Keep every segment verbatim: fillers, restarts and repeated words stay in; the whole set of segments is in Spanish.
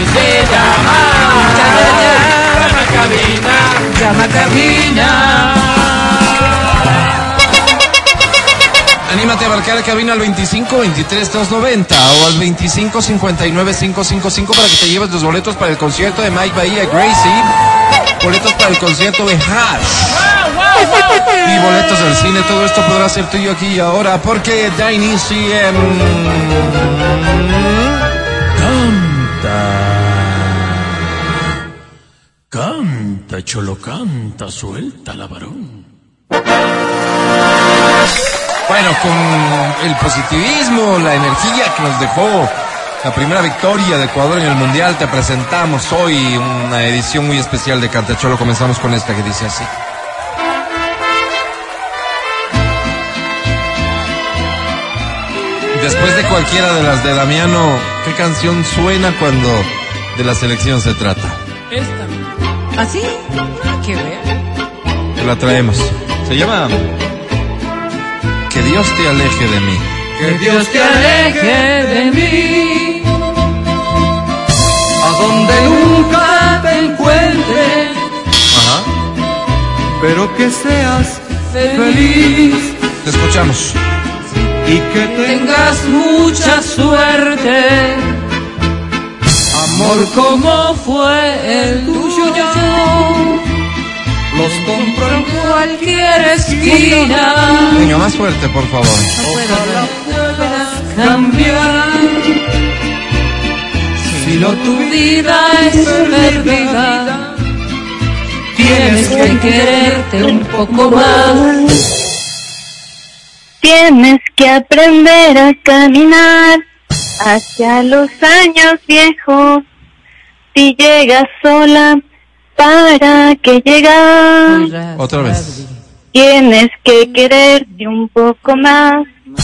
dice llama. Llama a cabina. Llama a cabina. Anímate a marcar cabina al veinticinco veintitrés doscientos noventa o al veinticinco cincuenta y nueve quinientos cincuenta y cinco para que te lleves los boletos para el concierto de Mike Bahía y Gracie, boletos para el concierto de Hash y boletos del cine. Todo esto podrá ser tuyo aquí y ahora porque da inicio en... Canta, canta, cholo, canta, suelta la varón. Bueno, con el positivismo, la energía que nos dejó la primera victoria de Ecuador en el Mundial, te presentamos hoy una edición muy especial de Canta Cholo. Comenzamos con esta que dice así. Después de cualquiera de las de Damiano, ¿qué canción suena cuando de la selección se trata? Esta. ¿Ah, sí? Qué ver. Te la traemos. Se llama... Que Dios te aleje de mí. Que Dios te aleje de mí, a donde nunca te encuentre. Ajá. Pero que seas feliz. Te escuchamos. Y que tengas mucha suerte. Amor como fue el tuyo, los compro en cualquier esquina. Venga, más fuerte, por favor. No puedo, Ojalá puedas cambiar. Si no tu vida es perdida, tienes que quererte un poco más. Tienes que aprender a caminar hacia los años viejos. Si llegas sola, ¿para qué llegar? Otra vez. Tienes que quererte un poco más.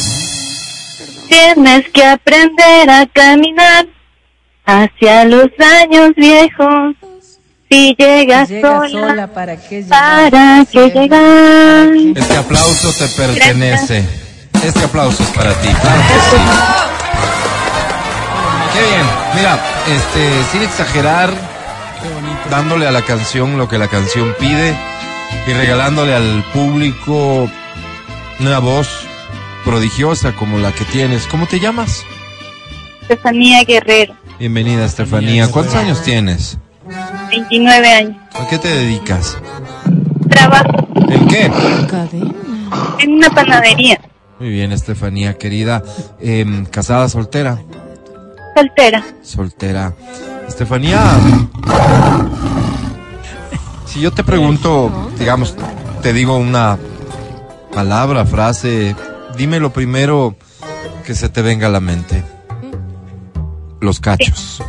Tienes que aprender a caminar hacia los años viejos. Si llegas Llega sola, sola, ¿para qué llegar? ¿para qué llegar? Este aplauso te pertenece. Este aplauso es para ti, claro que sí. Qué bien. Mira, este, sin exagerar, dándole a la canción lo que la canción pide y regalándole al público una voz prodigiosa como la que tienes. ¿Cómo te llamas? Estefanía Guerrero, Bienvenida, Estefanía. ¿Cuántos años tienes? veintinueve años. ¿A qué te dedicas? Trabajo ¿En qué? Cadena. en una panadería. Muy bien, Estefanía, querida. Eh, ¿Casada, soltera? Soltera. Soltera. Estefanía, si yo te pregunto, digamos, te digo una palabra, frase, dime lo primero que se te venga a la mente. Los cachos.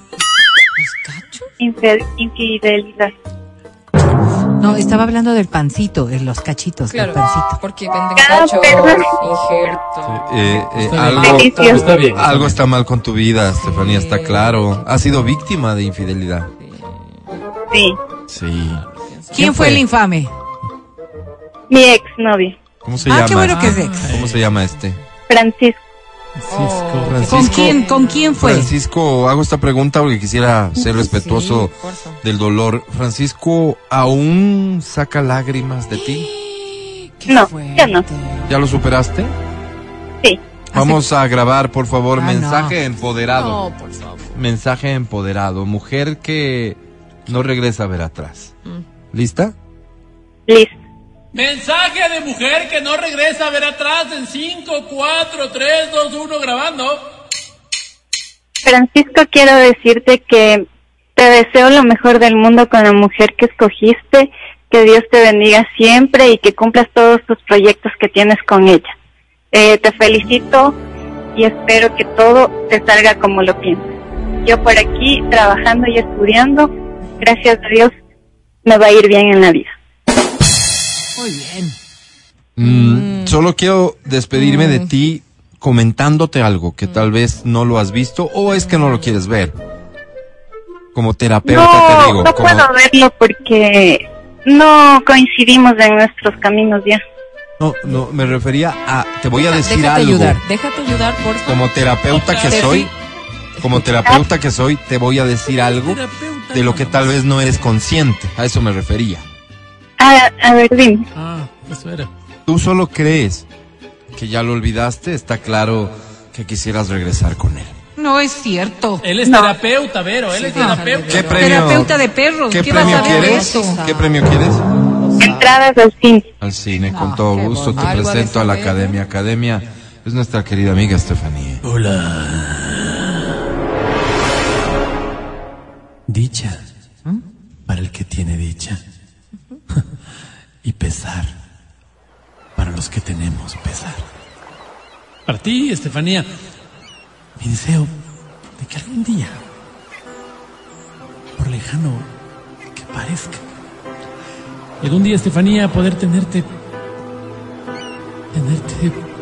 Infe- infidelidad. No, estaba hablando del pancito, de los cachitos, Claro, del pancito. porque venden Ah, cachos, perdón. injerto. Eh, eh, Está bien. algo, Delicioso. Está bien. algo está mal con tu vida, Estefanía, está claro. ¿Has sido víctima de infidelidad? Sí. Sí. ¿Quién fue el infame? Mi ex novio, ¿Cómo se Ah, llama? qué bueno que es ex. ¿Cómo se llama este? Francisco. Francisco. Francisco. ¿Con quién, con quién fue? Francisco, hago esta pregunta porque quisiera ser respetuoso Sí, por favor. del dolor. Francisco, ¿aún saca lágrimas de ti? Qué No, fuerte. ya no. ¿Ya lo superaste? Sí. Vamos a grabar, por favor, Ah, mensaje no. empoderado. No, por favor. Mensaje empoderado. Mujer que no regresa a ver atrás. ¿Lista? Listo. Mensaje de mujer que no regresa a ver atrás en cinco, cuatro, tres, dos, uno, grabando. Francisco, quiero decirte que te deseo lo mejor del mundo con la mujer que escogiste, que Dios te bendiga siempre y que cumplas todos tus proyectos que tienes con ella. Eh, te felicito y espero que todo te salga como lo piensas. Yo por aquí trabajando y estudiando, gracias a Dios me va a ir bien en la vida. Muy bien. Mm, Solo quiero despedirme de ti comentándote algo que tal vez no lo has visto o es que no lo quieres ver. Como terapeuta te No, digo. no como- puedo verlo porque no coincidimos en nuestros caminos ya. No, no, me refería a, te voy a decir déjate algo. ayudar, déjate ayudar, por favor. Como terapeuta que Te soy, fi- como terapeuta que soy, te voy a decir algo Terapeuta, de lo que tal vez no eres consciente. A eso me refería. A, a ver, dime. Ah, eso era. Tú solo crees que ya lo olvidaste. Está claro que quisieras regresar con él. No es cierto. Él es No. terapeuta, Vero, él es terapeuta. ¿Qué premio? Terapeuta de perros. ¿Qué ¿Qué vas premio a ver de quieres? eso? ¿Qué premio quieres? Entradas al cine. Al cine, con No, todo qué gusto. Te bonito. Algo ha de presento a la saber. academia. Academia es nuestra querida amiga Estefanía. Dicha para el que tiene dicha y pesar para los que tenemos pesar. Para ti, Estefanía, mi deseo de que algún día, por lejano que parezca, algún día, Estefanía, poder tenerte, tenerte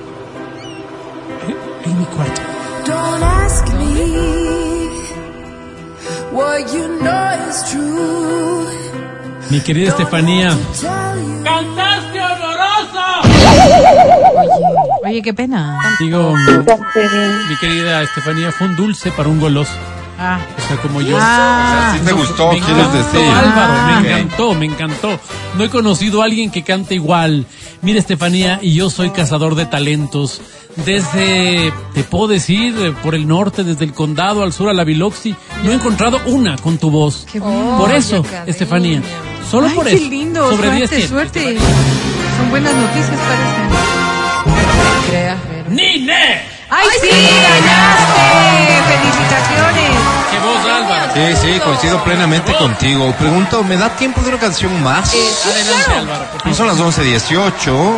en, en mi cuarto. Don't ask me what you know is true. Mi querida Estefanía. Tell you ¡Cantaste horroroso! Oye, qué pena. Digo, Bastante bien. mi querida Estefanía, fue un dulce para un goloso. Ah. O sea, como yo. Ah. ¿Sí te gustó? Me ¿Quieres encantó, decir? Álvaro, me Ok. encantó, me encantó. No he conocido a alguien que cante igual. Mira, Estefanía, y yo soy cazador de talentos. Desde, te puedo decir, eh, por el norte, desde el condado al sur a la Biloxi, no he encontrado una con tu voz. Qué bueno. Por eso, academia. Estefanía, solo Ay, por qué eso. lindo. Sobre diez Suerte, tienes, suerte. Estefanía. Son buenas noticias, parecen. No creas, Vero. ¡Nine! ¡Ay, sí! ¡Ganaste! ¡Felicitaciones! ¡Qué voz, Álvaro! Sí, sí, coincido plenamente contigo. Pregunto, ¿me da tiempo de una canción más? Adelante, Álvaro, por favor. Son las once dieciocho.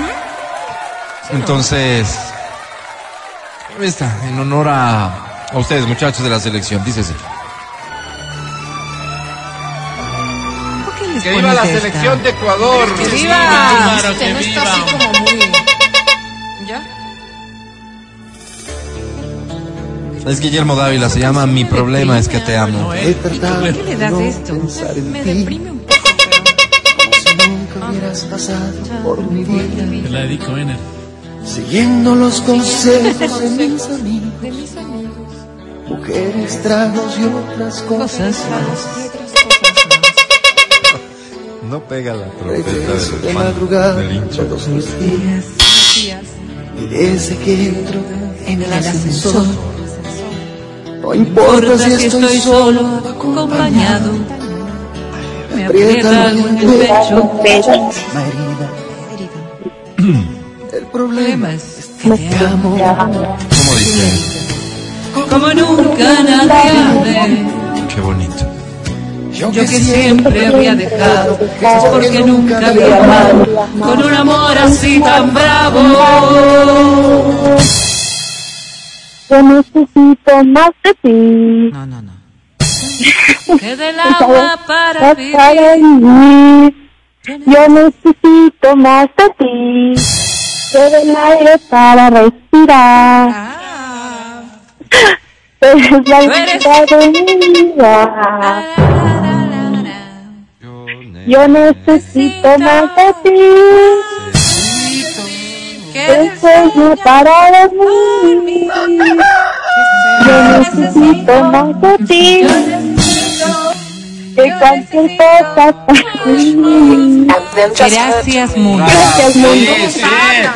Entonces, esta, en honor a, a ustedes, muchachos de la selección, dice así. ¿Por qué les ¡Que viva la pones esta? selección de Ecuador! ¡Que Sí, viva! Álvaro, Que que no está viva. así como muy... ¿Ya? Es Guillermo Dávila, se llama Mi problema es que te amo. No, eh. ¿Por qué le das esto? Me deprime un poco, Te la dedico, Ener. Siguiendo los consejos de mis amigos, pero... De mis amigos. mujeres, tragos y otras cosas. No pega la Regreso de madrugada todos mis días, Días. y desde que entro en el ascensor, no importa si estoy solo o acompañado, me aprieta algo en el pecho, una herida. El problema es que te amo ¿Cómo dice? Como nunca nadie. Qué bonito. yo Yo que siempre había dejado, es porque nunca había amado con un amor así tan bravo. Yo necesito más de ti. No, no, no. Que del agua para Para vivir. vivir. Yo necesito más de ti. Que del aire para respirar. Ah. Eres la Tú eres- vida de mi vida. Yo necesito más de ti. Que El del sueño para dormir. Yo necesito más de ti. Que cualquier cosa para mí. Gracias, mundo. Gracias, mundo. Sí, sí.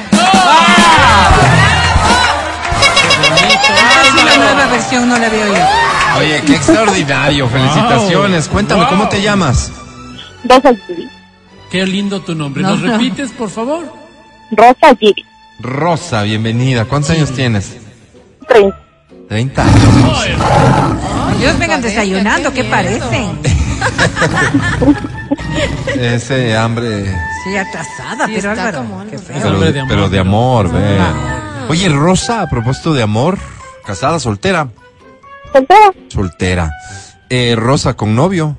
Ah, sí, la nueva versión no la veo yo. Oye, qué extraordinario. Felicitaciones. Cuéntame, Wow. ¿cómo te llamas? Rosa Giri. Qué lindo tu nombre. No, ¿Nos no. repites, por favor? Rosa Giri. Rosa, bienvenida. ¿Cuántos años tienes? treinta. treinta años. Dios, vengan desayunando, ¿qué parecen? Ese hambre, Sí, atrasada, Sí, pero está Álvaro, como qué algo feo. pero, Hombre de amor, pero de pero- amor, ve. Ah. Oye, Rosa, a propósito de amor, casada, soltera, ¿Soltera? soltera. Eh, Rosa, ¿con novio?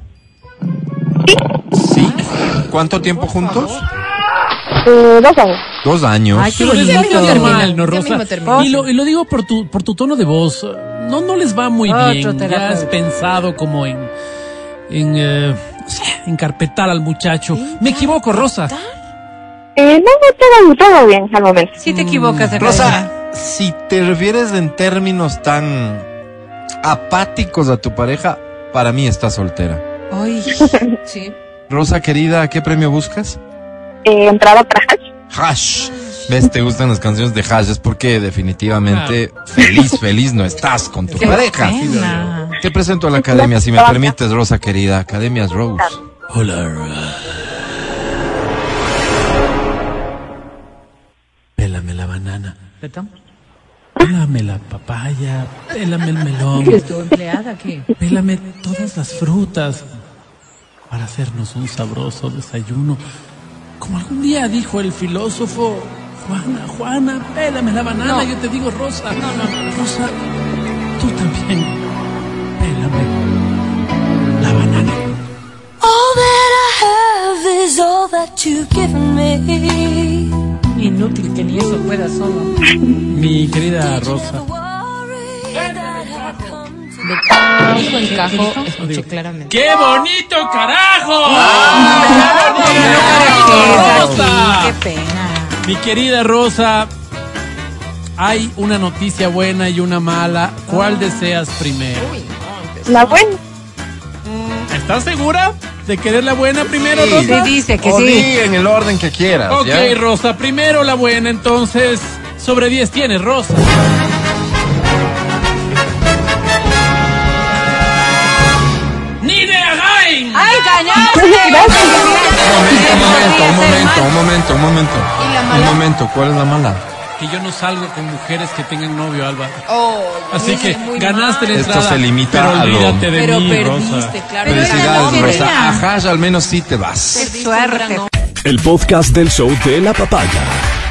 Sí. ¿Cuánto tiempo juntos? Eh, dos años. Dos años. Ay, qué Pero es bonito. muy normal, ¿no, Ya Rosa? mismo termina. Y lo, y lo digo por tu, por tu tono de voz. No, no les va muy Otro bien. Ya has terapeuta. pensado como en, en, eh, no sé, encarpetar al muchacho. Me equivoco, Rosa. Eh, no, no, todo, todo bien al momento. Sí te equivocas, en Rosa, realidad. si te refieres en términos tan apáticos a tu pareja, para mí está soltera. Ay, sí. Rosa querida, ¿qué premio buscas? Eh, entrada para Hash. Hash. ¿Ves? Te gustan las canciones de Hash, es porque definitivamente feliz, feliz no estás con tu Qué pareja. pena. Te presento a la academia, si me permites, Rosa querida. Academias Rose. Hola. Pélame la banana. ¿Perdón? Pélame la papaya. Pélame el melón. ¿Eres tu empleada qué? Pélame todas las frutas para hacernos un sabroso desayuno. Como algún día dijo el filósofo, Juana, Juana, pélame la banana. No. Yo te digo, Rosa. No, no, Rosa, tú también. Pélame la banana. All that I have is all that you've given me. Inútil que ni eso pueda solo. Mi querida Rosa, Dijo encajo, escuché claramente. ¡qué bonito carajo! Qué Rosa. pena. Mi querida Rosa, hay una noticia buena y una mala. ¿Cuál deseas primero? La buena. ¿Estás segura de querer la buena primero, Sí. Rosa? Sí, dice que O sí. di en el orden que quieras. Ok, ¿ya? Rosa, primero la buena, entonces, sobre diez tienes, Rosa. ¡Nine Again! ¡Ay, cañaste! Un momento, un momento, un momento, un momento. ¿Y la Un mala? momento, ¿cuál es la mala? Que yo no salgo con mujeres que tengan novio, Álvaro. Oh, Así que muy ganaste la mal. Esto entrada. se limita pero a lo- olvídate de Pero mí, perdiste, Rosa. claro. Felicidades, Pero Rosa. era A Hash al menos sí te vas. Suerte. El podcast del show de la papaya.